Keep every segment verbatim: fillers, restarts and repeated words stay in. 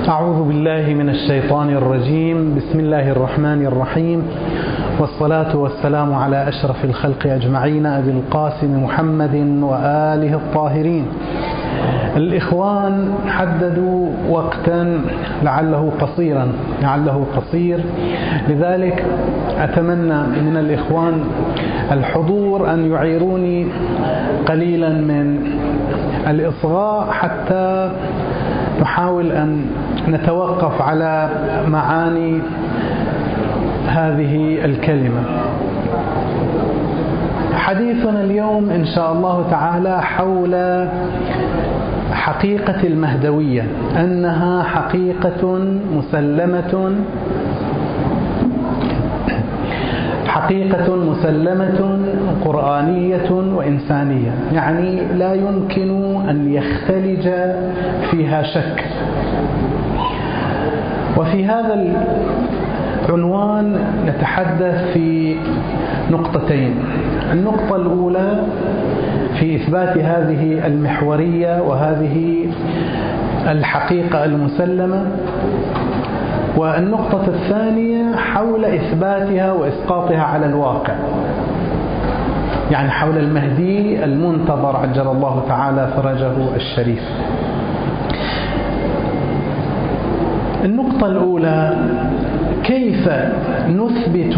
أعوذ بالله من الشيطان الرجيم. بسم الله الرحمن الرحيم، والصلاة والسلام على أشرف الخلق أجمعين أبي القاسم محمد وآله الطاهرين. الإخوان حددوا وقتا لعله قصيرا لعله قصير لذلك أتمنى من الإخوان الحضور أن يعيروني قليلا من الإصغاء حتى نحاول أن نتوقف على معاني هذه الكلمة. حديثنا اليوم إن شاء الله تعالى حول حقيقة المهدوية، أنها حقيقة مسلمة حقيقة مسلمة قرآنية وإنسانية، يعني لا يمكن أن يختلج فيها شك. وفي هذا العنوان نتحدث في نقطتين. النقطة الأولى في إثبات هذه المحورية وهذه الحقيقة المسلمة، والنقطة الثانية حول إثباتها وإسقاطها على الواقع، يعني حول المهدي المنتظر عجل الله تعالى فرجه الشريف. النقطة الأولى: كيف نثبت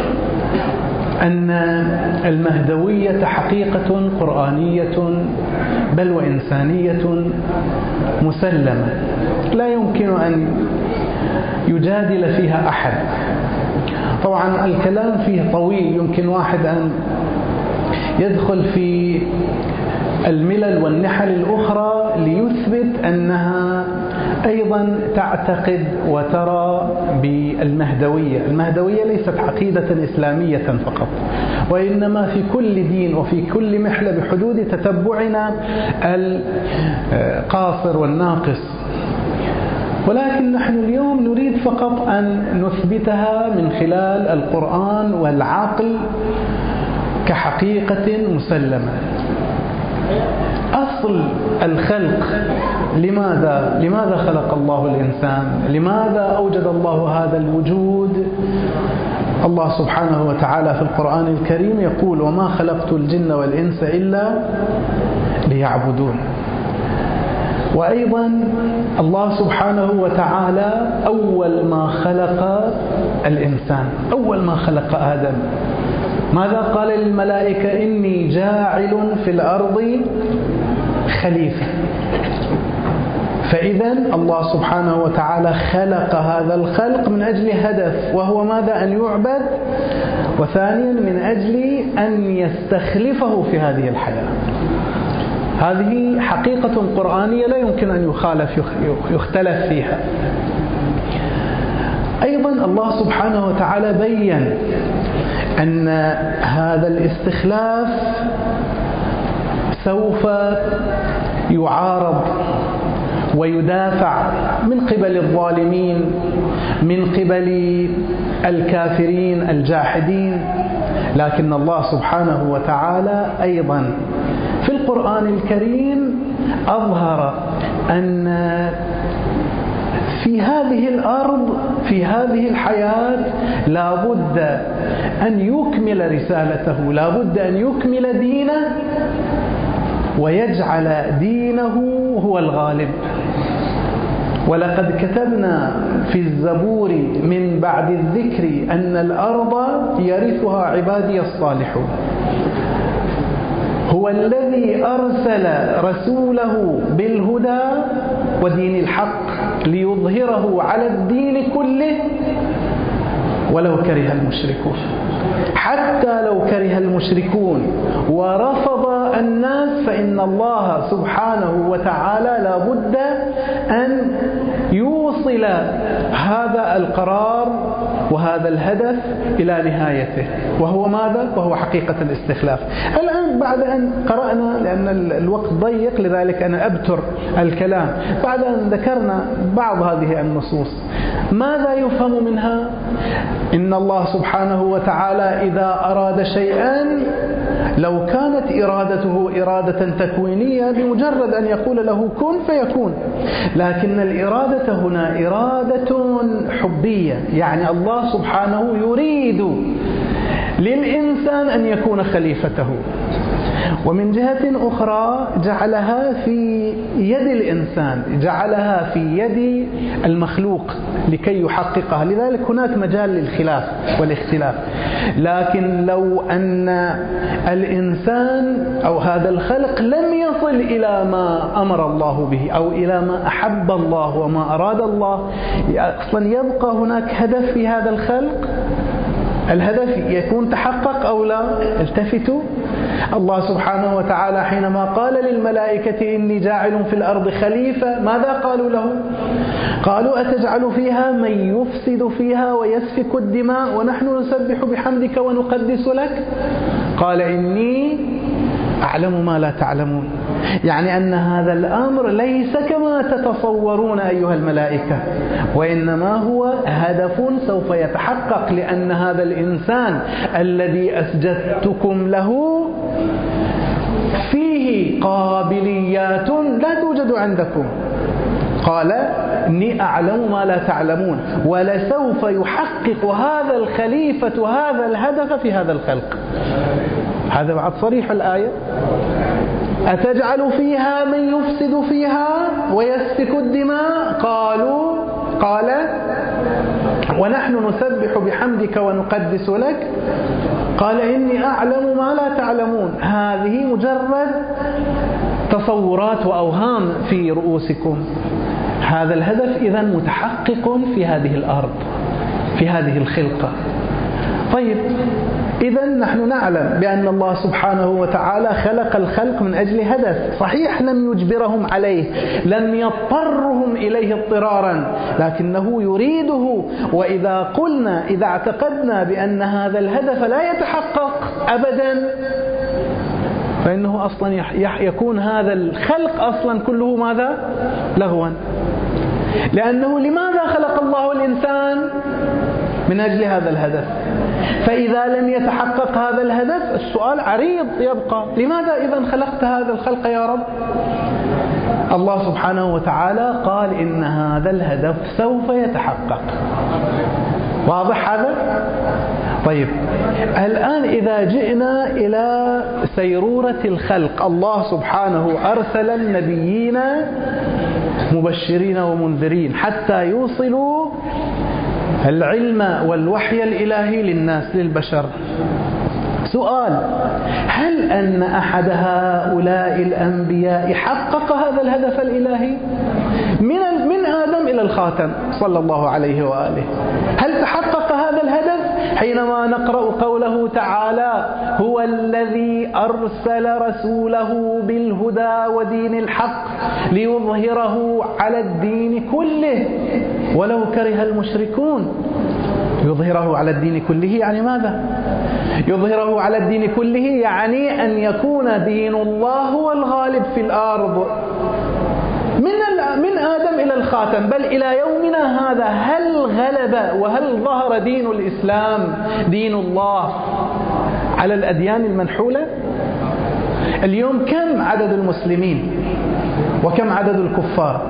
أن المهدوية حقيقة قرآنية بل وإنسانية مسلمة لا يمكن أن يجادل فيها أحد؟ طبعا الكلام فيه طويل، يمكن واحد أن يدخل في الملل والنحل الأخرى ليثبت أنها أيضا تعتقد وترى بالمهدوية. المهدوية ليست عقيدة إسلامية فقط، وإنما في كل دين وفي كل محلة بحدود تتبعنا القاصر والناقص، ولكن نحن اليوم نريد فقط أن نثبتها من خلال القرآن والعقل كحقيقة مسلمة. أصل الخلق، لماذا لماذا خلق الله الإنسان؟ لماذا أوجد الله هذا الوجود؟ الله سبحانه وتعالى في القرآن الكريم يقول: وما خلقت الجن والإنس إلا ليعبدون. وأيضا الله سبحانه وتعالى أول ما خلق الإنسان، أول ما خلق آدم، ماذا قال للملائكة؟ إني جاعل في الأرض خليفة. فإذا الله سبحانه وتعالى خلق هذا الخلق من أجل هدف، وهو ماذا؟ أن يعبد، وثانيا من أجل أن يستخلفه في هذه الحياة. هذه حقيقة قرآنية لا يمكن أن يخالف يختلف فيها. أيضا الله سبحانه وتعالى بيّن أن هذا الاستخلاف سوف يعارض ويدافع من قبل الظالمين، من قبل الكافرين الجاحدين، لكن الله سبحانه وتعالى أيضا في القرآن الكريم أظهر أن في هذه الأرض، في هذه الحياة، لا بد أن يكمل رسالته، لا بد أن يكمل دينه ويجعل دينه هو الغالب. ولقد كتبنا في الزبور من بعد الذكر أن الأرض يرثها عبادي الصالحون. هو الذي أرسل رسوله بالهدى ودين الحق ليظهره على الدين كله ولو كره المشركون. حتى لو كره المشركون ورفض الناس، فإن الله سبحانه وتعالى لا بد أن يوصل هذا القرار وهذا الهدف إلى نهايته، وهو ماذا؟ وهو حقيقة الاستخلاف. الآن بعد أن قرأنا، لأن الوقت ضيق لذلك أنا أبتر الكلام، بعد أن ذكرنا بعض هذه النصوص، ماذا يفهم منها؟ إن الله سبحانه وتعالى إذا أراد شيئا لو كانت إرادته إرادة تكوينية بمجرد أن يقول له كن فيكون، لكن الإرادة هنا إرادة حبية، يعني الله سبحانه يريد للإنسان أن يكون خليفته. ومن جهة أخرى جعلها في يد الإنسان، جعلها في يد المخلوق لكي يحققها، لذلك هناك مجال للخلاف والاختلاف. لكن لو أن الإنسان أو هذا الخلق لم يصل إلى ما أمر الله به أو إلى ما أحب الله وما أراد الله، أصلا يبقى هناك هدف في هذا الخلق؟ الهدف يكون تحقق أو لا؟ التفتوا، الله سبحانه وتعالى حينما قال للملائكة إني جاعل في الأرض خليفة، ماذا قالوا له؟ قالوا أتجعل فيها من يفسد فيها ويسفك الدماء ونحن نسبح بحمدك ونقدس لك؟ قال إني أعلم ما لا تعلمون، يعني أن هذا الأمر ليس كما تتصورون أيها الملائكة، وإنما هو هدف سوف يتحقق، لأن هذا الإنسان الذي أسجدتكم له فيه قابليات لا توجد عندكم. قال إني أعلم ما لا تعلمون، ولسوف يحقق هذا الخليفة هذا الهدف في هذا الخلق. هذا بعد صريح الآية، أتجعل فيها من يفسد فيها ويسفك الدماء؟ قالوا قال ونحن نسبح بحمدك ونقدس لك؟ قال إني أعلم ما لا تعلمون. هذه مجرد تصورات وأوهام في رؤوسكم. هذا الهدف إذن متحقق في هذه الأرض، في هذه الخلقة. طيب، إذن نحن نعلم بأن الله سبحانه وتعالى خلق الخلق من أجل هدف، صحيح لم يجبرهم عليه، لم يضطرهم إليه اضطرارا، لكنه يريده. وإذا قلنا إذا اعتقدنا بأن هذا الهدف لا يتحقق أبدا، فإنه أصلا يكون هذا الخلق أصلا كله ماذا؟ لغوا. لأنه لماذا خلق الله الإنسان؟ من أجل هذا الهدف. فإذا لم يتحقق هذا الهدف السؤال عريض يبقى، لماذا إذن خلقت هذا الخلق يا رب؟ الله سبحانه وتعالى قال إن هذا الهدف سوف يتحقق. واضح هذا؟ طيب، الآن إذا جئنا إلى سيرورة الخلق، الله سبحانه أرسل النبيين مبشرين ومنذرين حتى يوصلوا العلم والوحي الإلهي للناس للبشر. سؤال: هل أن أحد هؤلاء الأنبياء حقق هذا الهدف الإلهي من من آدم إلى الخاتم صلى الله عليه وآله؟ هل تحقق هذا الهدف؟ حينما نقرأ قوله تعالى: هو الذي أرسل رسوله بالهدى ودين الحق ليظهره على الدين كله ولو كره المشركون. يظهره على الدين كله يعني ماذا؟ يظهره على الدين كله يعني أن يكون دين الله هو الغالب في الأرض من من آدم إلى الخاتم، بل إلى يومنا هذا. هل غلب وهل ظهر دين الإسلام دين الله على الأديان المنحولة؟ اليوم كم عدد المسلمين وكم عدد الكفار؟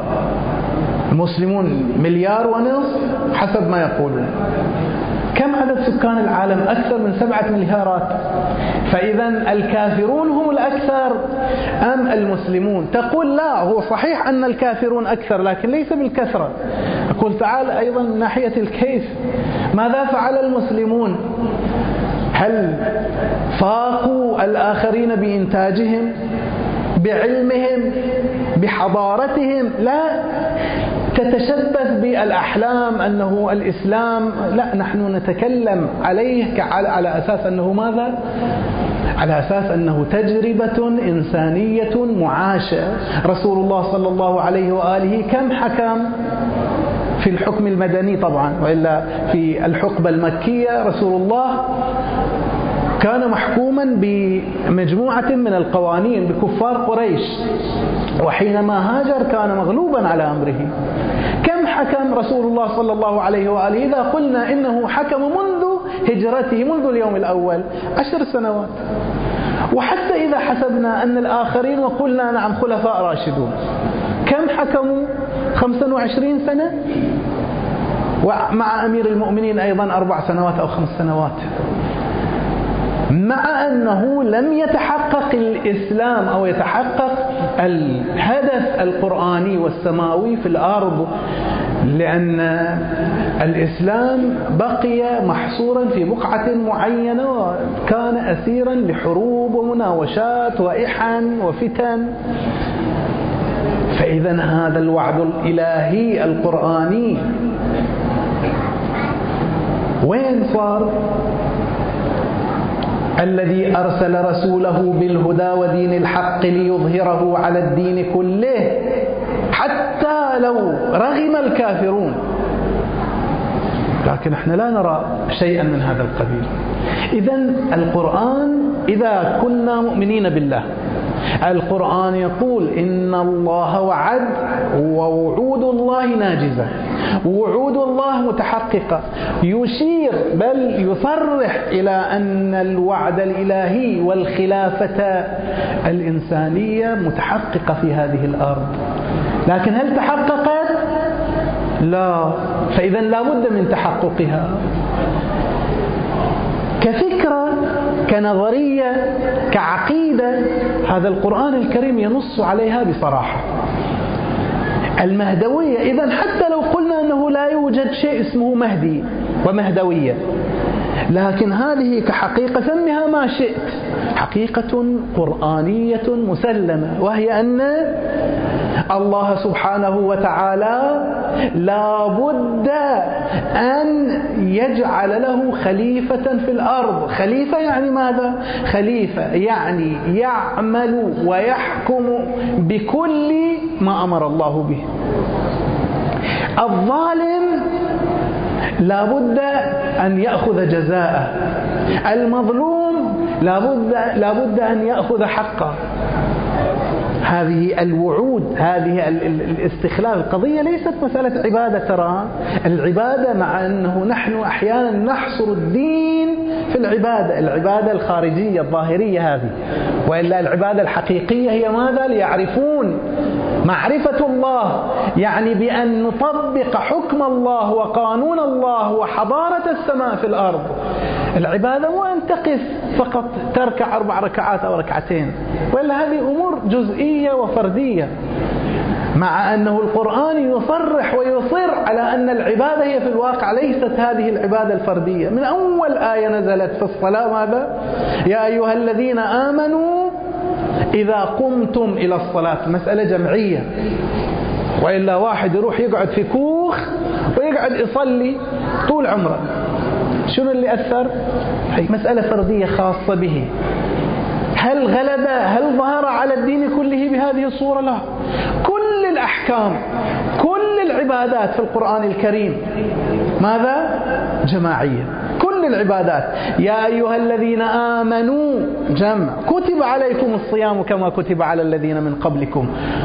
المسلمون مليار ونصف حسب ما يقولون. كم عدد سكان العالم؟ أكثر من سبعة مليارات. فإذا الكافرون هم الأكثر أم المسلمون؟ تقول لا، هو صحيح أن الكافرون أكثر لكن ليس بالكثرة. أقول تعال أيضا من ناحية الكيف، ماذا فعل المسلمون؟ هل فاقوا الآخرين بإنتاجهم، بعلمهم، بحضارتهم؟ لا تتشبث بالأحلام أنه الإسلام، لا، نحن نتكلم عليه على أساس أنه ماذا؟ على أساس أنه تجربة إنسانية معاشة. رسول الله صلى الله عليه وآله كم حكم في الحكم المدني طبعا، وإلا في الحقبة المكية رسول الله كان محكوما بمجموعة من القوانين بكفار قريش، وحينما هاجر كان مغلوبا على أمره. كم حكم رسول الله صلى الله عليه وآله؟ إذا قلنا إنه حكم منذ هجرته، منذ اليوم الأول، عشر سنوات. وحتى إذا حسبنا أن الآخرين وقلنا نعم خلفاء راشدون، كم حكموا؟ خمسة وعشرين سنة، ومع أمير المؤمنين أيضا أربع سنوات أو خمس سنوات، مع أنه لم يتحقق الإسلام أو يتحقق الهدف القرآني والسماوي في الأرض، لأن الإسلام بقي محصورا في بقعة معينة، وكان أسيرا لحروب ومناوشات وإحن وفتن. فإذا هذا الوعد الإلهي القرآني وين صار؟ الذي أرسل رسوله بالهدى ودين الحق ليظهره على الدين كله حتى لو رغم الكافرون. لكن احنا لا نرى شيئا من هذا القبيل. إذن القرآن إذا كنا مؤمنين بالله، القرآن يقول إن الله وعد ووعود الله ناجزة، وعود الله متحققة، يشير بل يصرح إلى أن الوعد الإلهي والخلافة الإنسانية متحققة في هذه الأرض. لكن هل تحققت؟ لا. فإذا لا بد من تحققها كفكرة، كنظرية، كعقيدة. هذا القرآن الكريم ينص عليها بصراحة. المهدوية إذن حتى لو قلنا أنه لا يوجد شيء اسمه مهدي ومهدوية، لكن هذه كحقيقة سمها ما شئت، حقيقة قرآنية مسلمة، وهي أن الله سبحانه وتعالى لا بد أن يجعل له خليفة في الأرض. خليفة يعني ماذا؟ خليفة يعني يعمل ويحكم بكل ما أمر الله به. الظالم لا بد أن يأخذ جزاءه، المظلوم لا بد لا بد أن يأخذ حقه. هذه الوعود، هذه الاستخلاف. القضية ليست مسألة عبادة، ترى العبادة مع أنه نحن أحيانا نحصر الدين في العبادة، العبادة الخارجية الظاهرية هذه، وإلا العبادة الحقيقية هي ماذا؟ ليعرفون معرفة الله، يعني بأن نطبق حكم الله وقانون الله وحضارة السماء في الأرض. العبادة مو أن تقف فقط تركع أربع ركعات أو ركعتين، وإلا هذه أمور جزئية وفردية، مع أنه القرآن يصرح ويصر على أن العبادة هي في الواقع ليست هذه العبادة الفردية. من أول آية نزلت في الصلاة ماذا؟ يا أيها الذين آمنوا إذا قمتم إلى الصلاة، مسألة جمعية، وإلا واحد يروح يقعد في كوخ ويقعد يصلي طول عمره، شنو اللي أثر؟ هي مسألة فردية خاصة به. هل غلب؟ هل ظهر على الدين كله بهذه الصورة؟ لا. كل الأحكام، كل العبادات في القرآن الكريم ماذا؟ جماعية. كل العبادات يا أيها الذين آمنوا جمع، كتب عليكم الصيام كما كتب على الذين من قبلكم،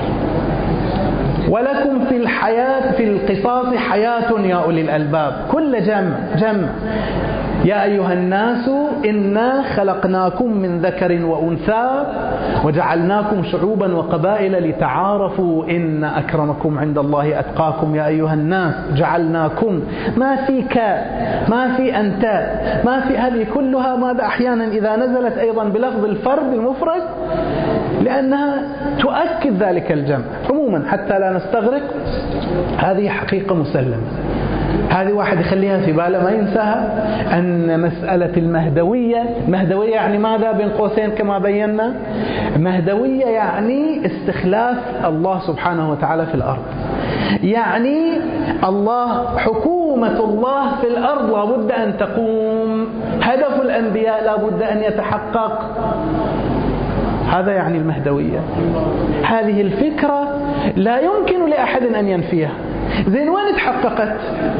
ولكم في الحياة في القصاص حياة يا أولي الألباب، كل جمع جمع. يا أيها الناس إنا خلقناكم من ذكر وأنثى وجعلناكم شعوبا وقبائل لتعارفوا إن أكرمكم عند الله أتقاكم. يا أيها الناس جعلناكم، ما في ك، ما في أنت، ما في، هذه كلها ماذا؟ أحيانا إذا نزلت أيضا بلفظ الفرد المفرد لأنها تؤكد ذلك الجمع. عموما حتى لا نستغرق، هذه حقيقة مسلمة، هذه واحد يخليها في باله ما ينساها، أن مسألة المهدوية، مهدوية يعني ماذا؟ بين قوسين كما بينا، مهدوية يعني استخلاف الله سبحانه وتعالى في الأرض، يعني الله، حكومة الله في الأرض لابد أن تقوم، هدف الأنبياء لابد أن يتحقق. هذا يعني المهدوية. هذه الفكرة لا يمكن لأحد أن ينفيها. زين وين تحققت؟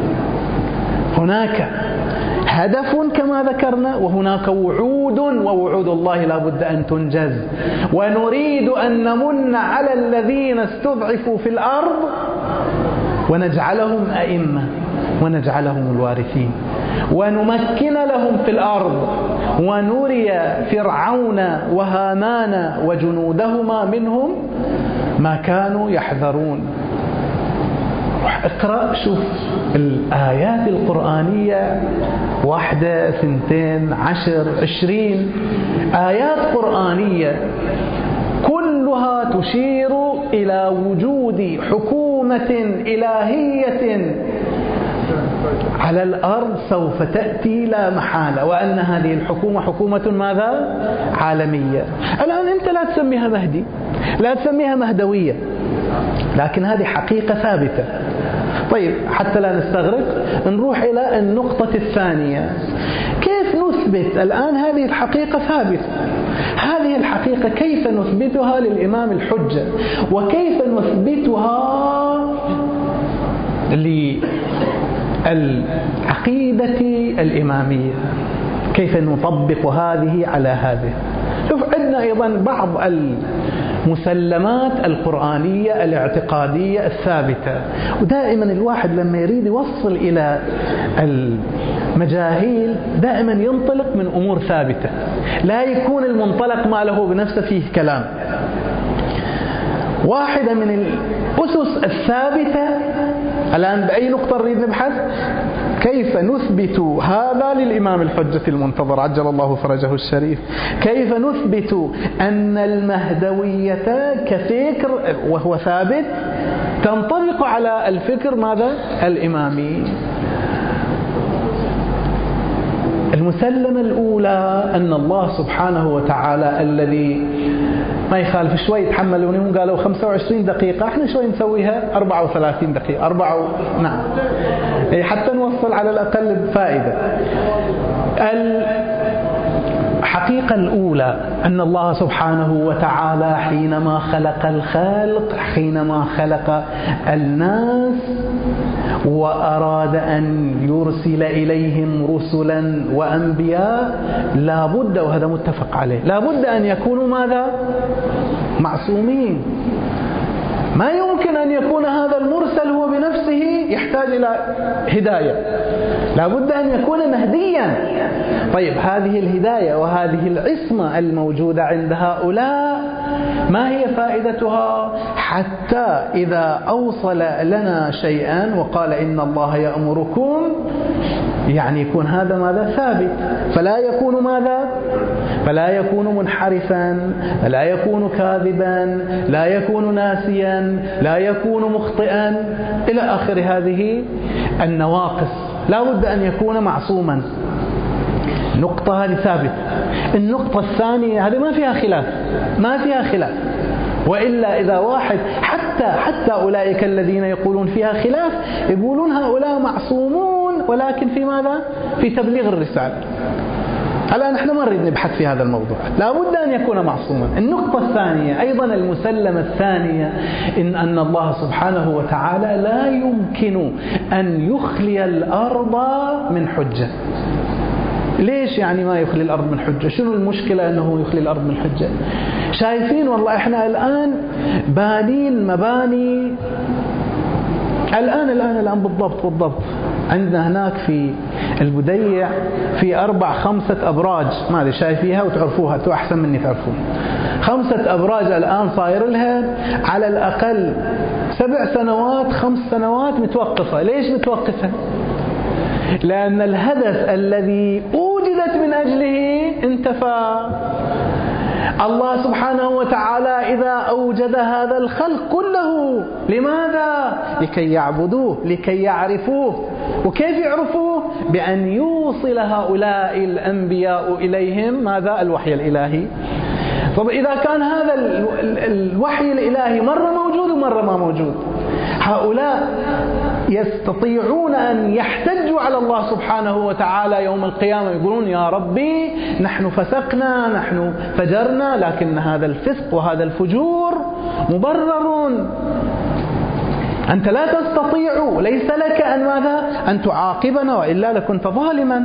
هناك هدف كما ذكرنا، وهناك وعود، ووعود الله لا بد أن تنجز. ونريد أن نمن على الذين استضعفوا في الأرض ونجعلهم أئمة ونجعلهم الوارثين، ونمكن لهم في الأرض ونري فرعون وهامان وجنودهما منهم ما كانوا يحذرون. روح اقرأ شوف الآيات القرآنية، واحدة ثنتين عشر عشرين آيات قرآنية كلها تشير إلى وجود حكومة إلهية على الأرض سوف تأتي لا محالة، وأن هذه الحكومة حكومة ماذا؟ عالمية. الآن أنت لا تسميها مهدي، لا تسميها مهدوية، لكن هذه حقيقة ثابتة. طيب حتى لا نستغرق نروح إلى النقطة الثانية، كيف نثبت الآن هذه الحقيقة ثابتة؟ هذه الحقيقة كيف نثبتها للإمام الحجة، وكيف نثبتها للعقيدة الإمامية، كيف نطبق هذه على هذه؟ شوف عندنا أيضا بعض المسلمات القرآنية الاعتقادية الثابتة، ودائما الواحد لما يريد يوصل إلى المجاهيل دائما ينطلق من أمور ثابتة، لا يكون المنطلق ما له بنفسه فيه كلام. واحدة من الأسس الثابتة الآن بأي نقطة نريد نبحث؟ كيف نثبت هذا للإمام الحجة المنتظر عجل الله فرجه الشريف؟ كيف نثبت أن المهدوية كفكر وهو ثابت تنطبق على الفكر ماذا؟ الإمامي. المسلمة الأولى أن الله سبحانه وتعالى الذي ما يخالف شوي يتحملونهم قالوا خمسة وعشرين دقيقة، احنا شوي نسويها أربعة وثلاثين دقيقة أربعة و... نعم حتى نوصل على الأقل بفائدة. الحقيقة الأولى أن الله سبحانه وتعالى حينما خلق الخلق، حينما خلق الناس وأراد أن يرسل إليهم رسلا وأنبياء لابد، وهذا متفق عليه، لابد أن يكونوا ماذا؟ معصومين. ما يمكن أن يكون هذا المرسل هو بنفسه يحتاج إلى هداية، لابد أن يكون مهديا. طيب هذه الهداية وهذه العصمة الموجودة عند هؤلاء ما هي فائدتها؟ حتى إذا أوصل لنا شيئا وقال إن الله يأمركم، يعني يكون هذا ماذا؟ ثابت، فلا يكون ماذا؟ فلا يكون منحرفا، لا يكون كاذبا، لا يكون ناسيا، لا يكون مخطئا إلى آخر هذه النواقص، لا بد أن يكون معصوما. نقطة هذه ثابتة. النقطة الثانية هذه ما فيها خلاف، ما فيها خلاف، وإلا إذا واحد حتى حتى أولئك الذين يقولون فيها خلاف يقولون هؤلاء معصومون، ولكن في ماذا؟ في تبليغ الرسالة. الآن نحن ما نريد نبحث في هذا الموضوع، لا بد أن يكون معصوما. النقطة الثانية أيضا المسلمة الثانية إن أن الله سبحانه وتعالى لا يمكن أن يخلي الأرض من حجة. ليش يعني ما يخلي الأرض من حجة؟ شنو المشكلة أنه يخلي الأرض من حجة؟ شايفين والله إحنا الآن بانين مباني الآن الآن الآن بالضبط بالضبط عندنا هناك في البديع في أربع خمسة أبراج، ما أدري شايفيها وتعرفوها، تو أحسن مني تعرفون. خمسة أبراج الآن صاير لها على الأقل سبع سنوات خمس سنوات متوقفة. ليش متوقفة؟ لأن الهدف الذي أوجدت من أجله انتفى. الله سبحانه وتعالى إذا أوجد هذا الخلق كله لماذا؟ لكي يعبدوه، لكي يعرفوه. وكيف يعرفوه؟ بأن يوصل هؤلاء الأنبياء إليهم ماذا؟ الوحي الإلهي. طب إذا كان هذا الوحي الإلهي مرة موجود ومرة ما موجود، هؤلاء يستطيعون أن يحتجوا على الله سبحانه وتعالى يوم القيامة، يقولون يا ربي نحن فسقنا، نحن فجرنا، لكن هذا الفسق وهذا الفجور مبرر، أنت لا تستطيع، ليس لك أن ماذا؟ أن تعاقبنا، وإلا لكنت ظالما.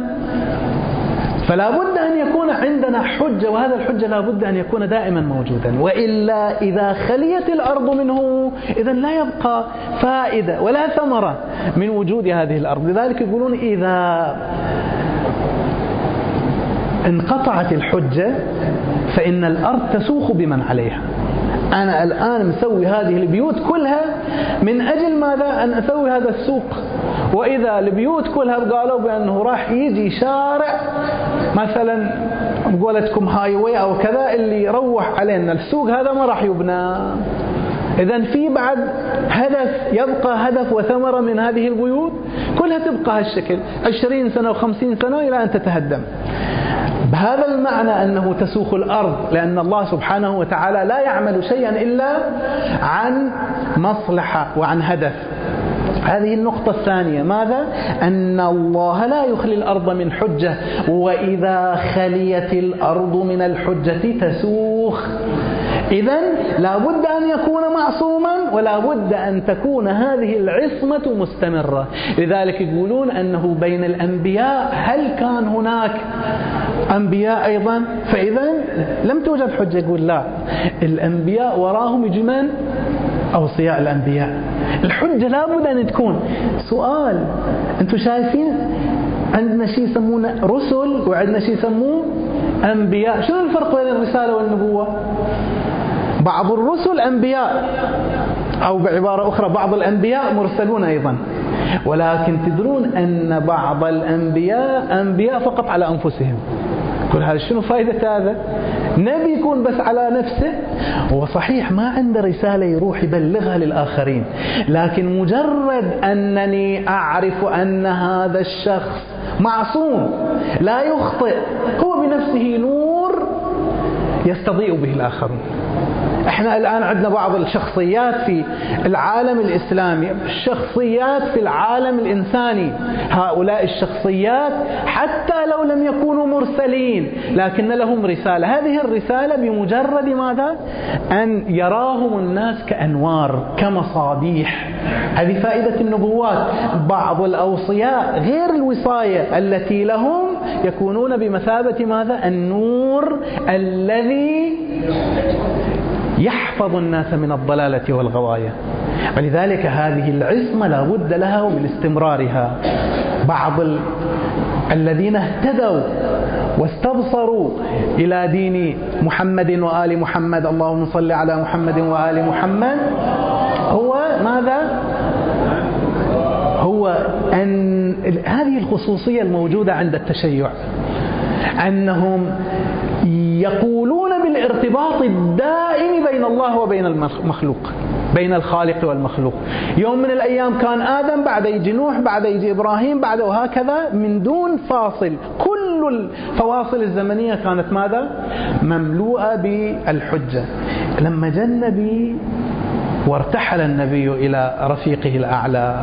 فلا بد أن يكون عندنا حجة، وهذا الحجة لا بد أن يكون دائما موجودا، وإلا إذا خليت الأرض منه إذن لا يبقى فائدة ولا ثمرة من وجود هذه الأرض. لذلك يقولون إذا انقطعت الحجة فإن الأرض تسوخ بمن عليها. أنا الآن مسوي هذه البيوت كلها من أجل ماذا؟ أن أسوي هذا السوق. وإذا البيوت كلها قالوا بأنه راح يجي شارع مثلا بقولتكم هايوي أو كذا اللي يروح علينا السوق هذا ما راح يبنى، إذن في بعد هدف يبقى هدف وثمرة من هذه البيوت كلها تبقى هالشكل عشرين سنة وخمسين سنة إلى أن تتهدم. بهذا المعنى أنه تسوخ الأرض، لأن الله سبحانه وتعالى لا يعمل شيئا إلا عن مصلحة وعن هدف. هذه النقطة الثانية، ماذا؟ أن الله لا يخلي الأرض من حجة، وإذا خليت الأرض من الحجة تسوخ. إذن لا بد أن يكون معصوما ولا بد أن تكون هذه العصمة مستمرة. لذلك يقولون أنه بين الأنبياء هل كان هناك أنبياء أيضا؟ فإذا لم توجد حجة. يقول لا، الأنبياء وراهم يجمن أوصياء الأنبياء. الحجة لا بد أن تكون. سؤال، أنتم شايفين عندنا شيء يسمونه رسل وعندنا شيء يسموه أنبياء. شنو الفرق بين الرسالة والنبوة؟ بعض الرسل أنبياء، أو بعبارة أخرى بعض الأنبياء مرسلون أيضا، ولكن تدرون أن بعض الأنبياء أنبياء فقط على أنفسهم. كل هذا شنو فائدة هذا؟ نبي يكون بس على نفسه، وصحيح ما عنده رسالة يروح يبلغها للآخرين، لكن مجرد أنني أعرف أن هذا الشخص معصوم لا يخطئ، هو بنفسه نور يستضيء به الآخرون. احنا الآن عندنا بعض الشخصيات في العالم الإسلامي، الشخصيات في العالم الإنساني، هؤلاء الشخصيات حتى لو لم يكونوا مرسلين لكن لهم رسالة. هذه الرسالة بمجرد ماذا؟ أن يراهم الناس كأنوار كمصابيح. هذه فائدة النبوات. بعض الأوصياء غير الوصاية التي لهم يكونون بمثابة ماذا؟ النور الذي يحفظ الناس من الضلالة والغواية. ولذلك هذه العصمة لا بد لها ومن استمرارها. بعض ال... الذين اهتدوا واستبصروا إلى دين محمد وآل محمد، اللهم صل على محمد وآل محمد، هو ماذا؟ هو أن هذه الخصوصية الموجودة عند التشيع، أنهم يقولون بالارتباط الدائم بين الله وبين المخلوق، بين الخالق والمخلوق. يوم من الأيام كان آدم، بعد يجي نوح، بعد يجي إبراهيم، بعد وهكذا من دون فاصل. كل الفواصل الزمنية كانت ماذا؟ مملوءة بالحجة. لما جاء النبي وارتحل النبي إلى رفيقه الأعلى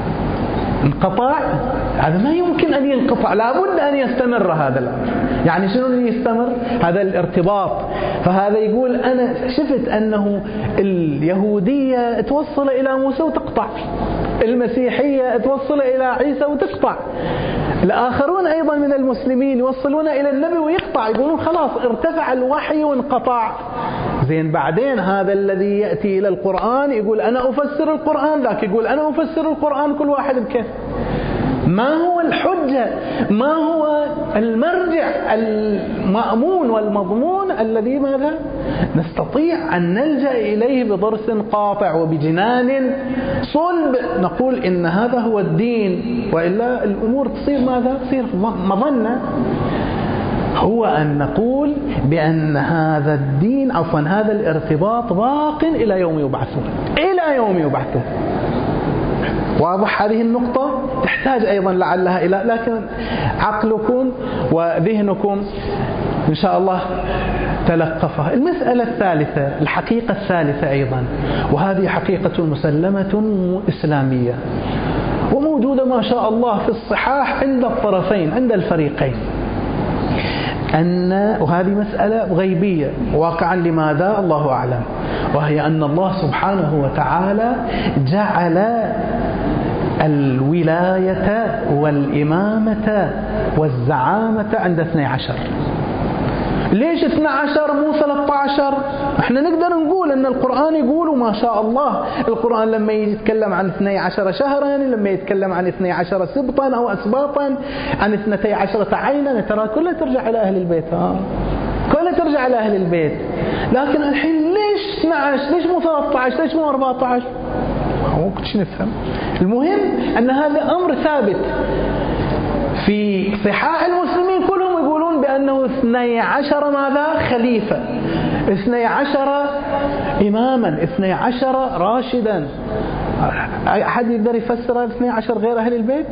انقطع. هذا ما يمكن أن ينقطع، لابد أن يستمر هذا الأمر. يعني شنو اللي يستمر؟ هذا الارتباط. فهذا يقول أنا شفت أنه اليهودية توصل إلى موسى وتقطع، المسيحية توصل إلى عيسى وتقطع، الآخرون أيضا من المسلمين يوصلون إلى النبي ويقطع، يقولون خلاص ارتفع الوحي وانقطع. زين بعدين هذا الذي يأتي إلى القرآن يقول أنا أفسر القرآن، ذاك يقول أنا أفسر القرآن، كل واحد بكيف. ما هو الحجة؟ ما هو المرجع المأمون والمضمون الذي ماذا نستطيع أن نلجأ إليه بضرس قاطع وبجنان صلب نقول إن هذا هو الدين، وإلا الأمور تصير ماذا؟ تصير مظنة. هو أن نقول بأن هذا الدين، عفوا هذا الارتباط باق إلى يوم يبعثون، إلى يوم يبعثون. واضح هذه النقطة؟ تحتاج أيضا لعلها إلى، لكن عقلكم وذهنكم إن شاء الله تلقفها. المسألة الثالثة، الحقيقة الثالثة أيضا، وهذه حقيقة مسلمة إسلامية وموجودة ما شاء الله في الصحاح عند الطرفين، عند الفريقين، أن وهذه مسألة غيبية واقعا، لماذا؟ الله أعلم، وهي أن الله سبحانه وتعالى جعل الولاية والإمامة والزعامة عند اثني عشر. ليش اثني عشر مو ثلاثة عشر؟ احنا نقدر نقول ان القرآن يقول ما شاء الله. القرآن لما يتكلم عن اثني عشر شهرا، لما يتكلم عن اثني عشر سبطا او اسباطا، عن اثنتي عشرة عينا، ترى كلها ترجع الى اهل البيت. ها كلها ترجع الى اهل البيت. لكن الحين ليش اثني عشر؟ ليش مو ثلاثة عشر؟ ليش مو أربعة عشر؟ ما كنتش نفهم. المهم ان هذا امر ثابت في صحاح المسلمين، كلهم يقولون بأنه اثني عشر ماذا؟ خليفة، اثني عشر إماما، اثني عشر راشدا. أحد يقدر يفسر اثني عشر غير أهل البيت؟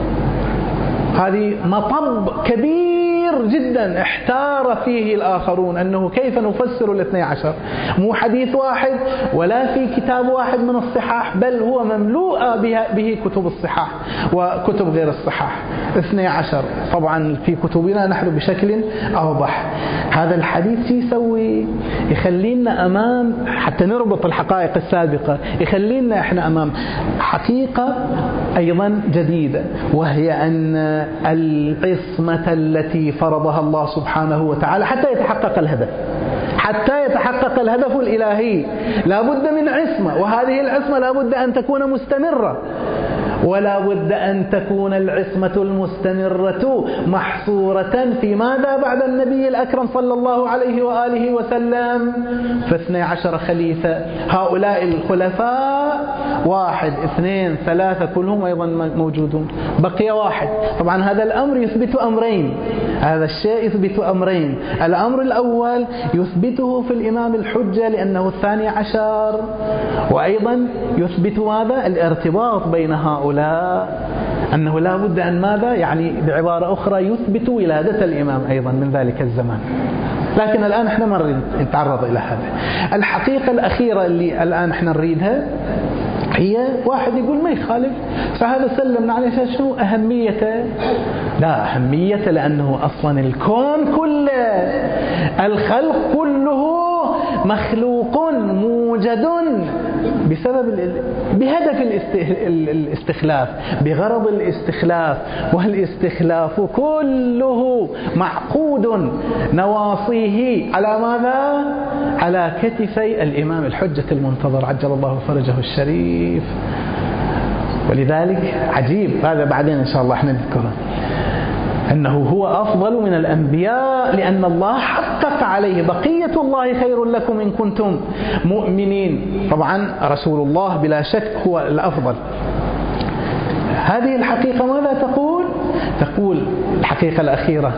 هذه مطب كبير جدا احتار فيه الآخرون أنه كيف نفسر الاثني عشر. مو حديث واحد ولا في كتاب واحد من الصحاح، بل هو مملوء به كتب الصحاح وكتب غير الصحاح. اثني عشر طبعا في كتبنا نحن بشكل أوضح. هذا الحديث يسوي يخلينا أمام، حتى نربط الحقائق السابقة، يخلينا إحنا أمام حقيقة أيضا جديدة، وهي أن العصمة التي فرضها الله سبحانه وتعالى حتى يتحقق الهدف، حتى يتحقق الهدف الإلهي لا بد من عصمة، وهذه العصمة لا بد أن تكون مستمرة، ولا بد أن تكون العصمة المستمرة محصورة في ماذا بعد النبي الأكرم صلى الله عليه وآله وسلم؟ فاثني عشر خليفة. هؤلاء الخلفاء واحد اثنين ثلاثة كلهم أيضا موجودون، بقي واحد. طبعا هذا الأمر يثبت أمرين، هذا الشيء يثبت أمرين. الأمر الأول يثبته في الإمام الحجة لأنه الثاني عشر، وأيضا يثبت ماذا؟ الارتباط بين هؤلاء، أنه لا بد أن ماذا؟ يعني بعبارة أخرى يثبت ولادة الإمام أيضا من ذلك الزمان. لكن الآن احنا ما نريد نتعرض إلى هذا. الحقيقة الأخيرة اللي الآن احنا نريدها هي واحد يقول ما يخالف، فهذا سلمنا على أساس شنو أهميته؟ لا أهميته لأنه أصلا الكون كله، الخلق كله مخلوق موجد بسبب بهدف الاستخلاف، بغرض الاستخلاف، والاستخلاف كله معقود نواصيه على ماذا؟ على كتفي الإمام الحجة المنتظر عجل الله فرجه الشريف. ولذلك عجيب هذا بعدين إن شاء الله احنا نذكره، أنه هو أفضل من الأنبياء لأن الله حقق عليه بقية الله خير لكم إن كنتم مؤمنين. طبعا رسول الله بلا شك هو الأفضل. هذه الحقيقة ماذا تقول؟ تقول الحقيقة الأخيرة: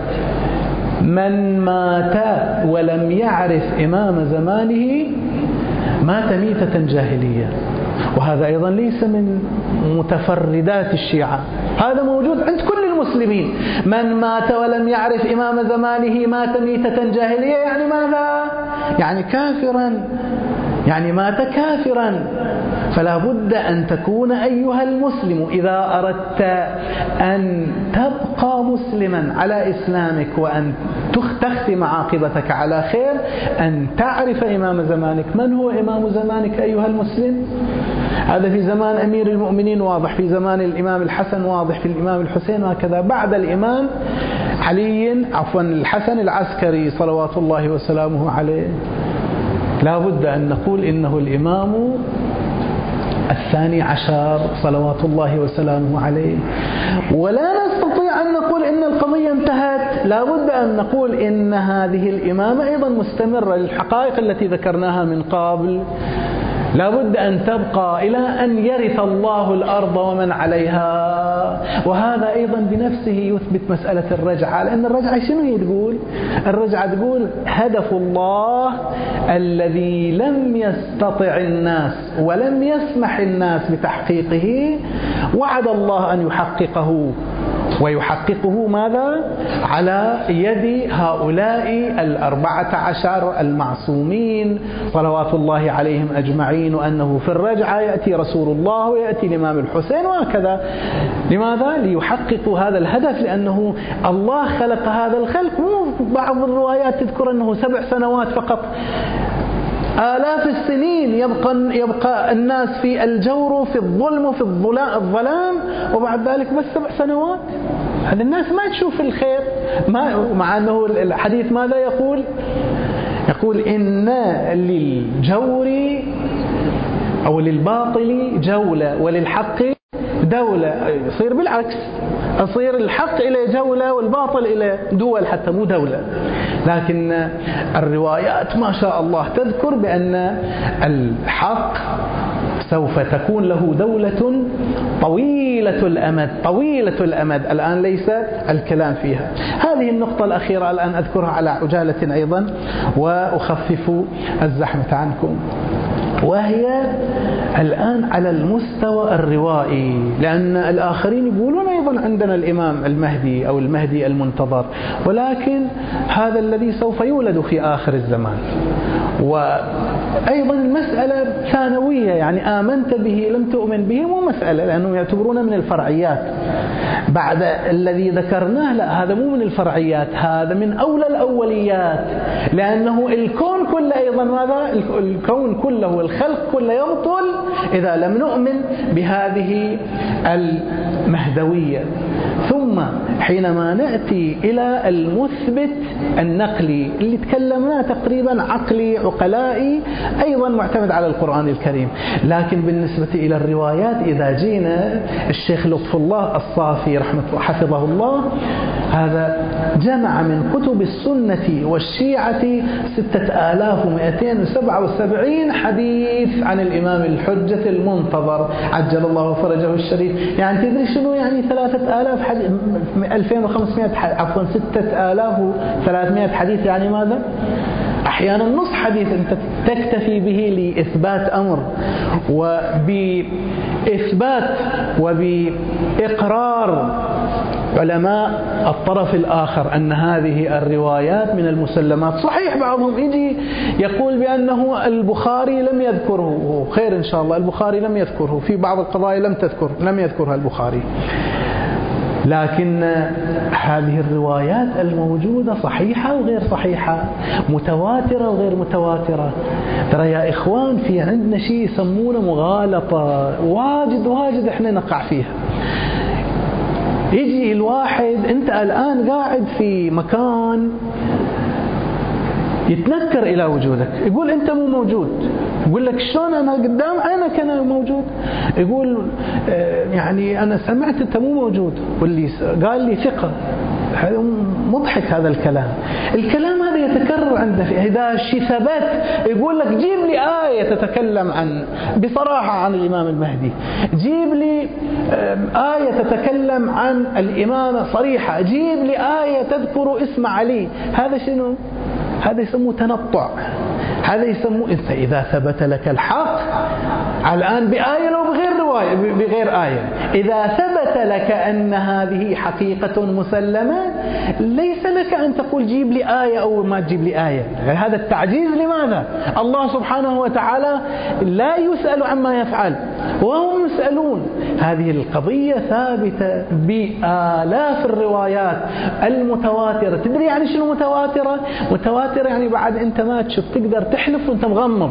من مات ولم يعرف إمام زمانه مات ميتة جاهلية. وهذا أيضا ليس من متفردات الشيعة، هذا موجود عند كل المسلمين. من مات ولم يعرف إمام زمانه مات ميتة جاهلية، يعني ماذا؟ يعني كافرا، يعني مات كافرا. فلا بد أن تكون أيها المسلم إذا أردت أن تبقى مسلما على إسلامك وأن تختم عاقبتك على خير أن تعرف إمام زمانك. من هو إمام زمانك أيها المسلم؟ هذا في زمان أمير المؤمنين واضح، في زمان الإمام الحسن واضح، في الإمام الحسين، وهكذا. بعد الإمام علي عفوا الحسن العسكري صلوات الله وسلامه عليه لا بد أن نقول إنه الإمام الثاني عشر صلوات الله وسلامه عليه. ولا نستطيع أن نقول إن القضية انتهت، لا بد أن نقول إن هذه الإمامة أيضا مستمرة للحقائق التي ذكرناها من قبل. لا بد أن تبقى إلى أن يرث الله الأرض ومن عليها. وهذا أيضا بنفسه يثبت مسألة الرجعة، لأن الرجعة شنو هي تقول؟ الرجعة تقول هدف الله الذي لم يستطع الناس ولم يسمح الناس بتحقيقه، وعد الله أن يحققه، ويحققه ماذا؟ على يد هؤلاء الأربعة عشر المعصومين صلوات الله عليهم أجمعين. وأنه في الرجعة يأتي رسول الله ويأتي الإمام الحسين وهكذا. لماذا؟ ليحققوا هذا الهدف، لأنه الله خلق هذا الخلق. مو بعض الروايات تذكر أنه سبع سنوات فقط، آلاف السنين يبقى, يبقى الناس في الجور وفي الظلم وفي الظلام، وبعد ذلك بس سبع سنوات. هذه الناس ما تشوف الخير، ما مع أنه الحديث ماذا يقول؟ يقول إن للجور أو للباطل جولة وللحق دولة. يصير بالعكس، يصير الحق إلى جولة والباطل إلى دول، حتى مو دولة. لكن الروايات ما شاء الله تذكر بأن الحق سوف تكون له دولة طويلة الأمد، طويلة الأمد الآن ليس الكلام فيها. هذه النقطة الأخيرة الآن أذكرها على عجالة أيضا وأخفف الزحمة عنكم، وهي الآن على المستوى الروائي، لأن الآخرين يقولون أيضا عندنا الإمام المهدي أو المهدي المنتظر، ولكن هذا الذي سوف يولد في آخر الزمان. وأيضا المسألة ثانوية، يعني آمنت به لم تؤمن به مو مسألة، لأنهم يعتبرون من الفرعيات. بعد الذي ذكرناه لا، هذا مو من الفرعيات، هذا من أولى الأوليات، لأنه الكون كله أيضا ماذا؟ الكون كله والخلق كله يبطل إذا لم نؤمن بهذه المهدوية. ثم حينما نأتي إلى المثبت النقلي اللي تكلمناه تقريبا عقلي عقلائي أيضا معتمد على القرآن الكريم، لكن بالنسبة إلى الروايات إذا جينا الشيخ لطف الله الصافي رحمه الله حفظه الله، هذا جمع من كتب السنة والشيعة ستة آلاف ومئتين وسبعة وسبعين حديث عن الإمام الحجة المنتظر عجل الله فرجه الشريف. يعني تدري شنو يعني ثلاثة آلاف حديث؟ ألفين وخمسمائة عفوا ستة آلاف وثلاثمائة حديث، يعني ماذا؟ أحيانا نص حديث أنت تكتفي به لإثبات أمر، وبإثبات وبإقرار علماء الطرف الآخر أن هذه الروايات من المسلمات. صحيح بعضهم يجي يقول بأنه البخاري لم يذكره، خير إن شاء الله، البخاري لم يذكره في بعض القضايا، لم تذكر لم يذكرها البخاري، لكن هذه الروايات الموجودة صحيحة وغير صحيحة، متواترة وغير متواترة. ترى يا إخوان في عندنا شيء يسمونه مغالطة، واجد واجد إحنا نقع فيها. يجي الواحد، أنت الآن قاعد في مكان يتنكر إلى وجودك، يقول أنت مو موجود، يقول لك شلون أنا قدام عينك أنا موجود، يقول يعني أنا سمعت أنت مو موجود، واللي قال لي ثقة. مضحك هذا الكلام. الكلام هذا يتكرر عنده، إذا شيء ثبت يقول لك جيب لي آية تتكلم عن بصراحة عن الإمام المهدي، جيب لي آية تتكلم عن الإمامة صريحة، جيب لي آية تذكر اسم علي. هذا شنو؟ هذا يسموه تنطع، هذا يسموه أنت إذا ثبت لك الحق الآن بآية لو بغير رواية بغير آية، إذا ثبت لك أن هذه حقيقة مسلمة ليس لك أن تقول جيب لي آية أو ما تجيب لي آية. هذا التعجيز لماذا؟ الله سبحانه وتعالى لا يسأل عما يفعل وهم يسألون. هذه القضية ثابتة بآلاف الروايات المتواترة. تدري يعني شنو متواترة؟ متواترة يعني بعد أنت ما تشوف تقدر تحلف وأنت مغمض،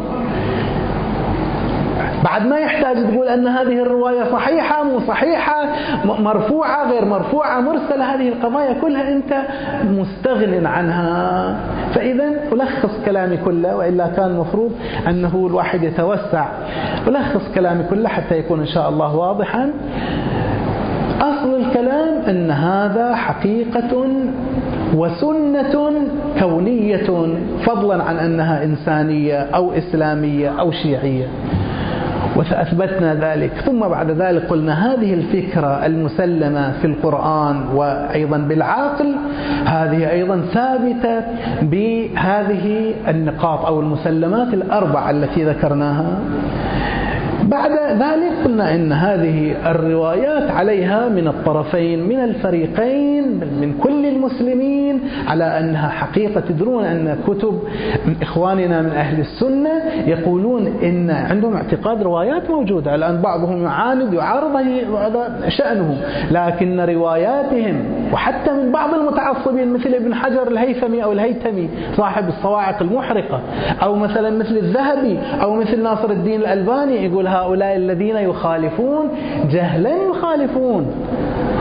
بعد ما يحتاج تقول أن هذه الرواية صحيحة مو صحيحة، مرفوعة غير مرفوعة مرسلة، هذه القضايا كلها أنت مستغن عنها. فإذا ألخص كلامي كله، وإلا كان المفروض أنه الواحد يتوسع. ألخص كلامي كله حتى يكون إن شاء الله واضحا. أصل الكلام أن هذا حقيقة وسنة كونية، فضلا عن أنها إنسانية أو إسلامية أو شيعية، وسأثبتنا ذلك. ثم بعد ذلك قلنا هذه الفكرة المسلمة في القرآن وأيضا بالعقل هذه أيضا ثابتة بهذه النقاط أو المسلمات الأربعة التي ذكرناها. بعد ذلك قلنا إن هذه الروايات عليها من الطرفين من الفريقين من كل المسلمين على أنها حقيقة. تدرون أن كتب إخواننا من أهل السنة يقولون إن عندهم اعتقاد روايات موجودة، الآن بعضهم يعاند يعارض، هذا شأنهم، لكن رواياتهم وحتى من بعض المتعصبين مثل ابن حجر الهيثمي أو الهيثمي صاحب الصواعق المحرقة، أو مثلا مثل الذهبي أو مثل ناصر الدين الألباني، يقول هؤلاء الذين يخالفون جهلا يخالفون.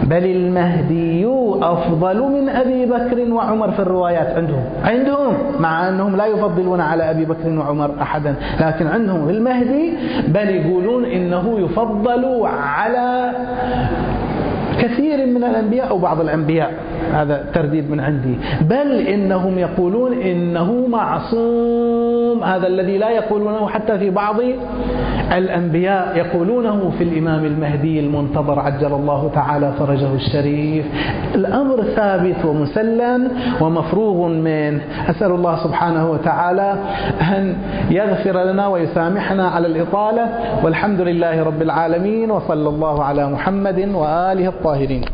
بل المهدي أفضل من أبي بكر وعمر في الروايات عندهم عندهم مع أنهم لا يفضلون على أبي بكر وعمر أحدا، لكن عندهم المهدي بل يقولون إنه يفضل على كثير من الأنبياء أو بعض الأنبياء. هذا ترديد من عندي. بل إنهم يقولون إنه معصوم، هذا الذي لا يقولونه حتى في بعض الأنبياء، يقولونه في الإمام المهدي المنتظر عجل الله تعالى فرجه الشريف. الأمر ثابت ومسلم ومفروغ منه. أسأل الله سبحانه وتعالى أن يغفر لنا ويسامحنا على الإطالة، والحمد لله رب العالمين، وصلى الله على محمد وآله الطاهرين.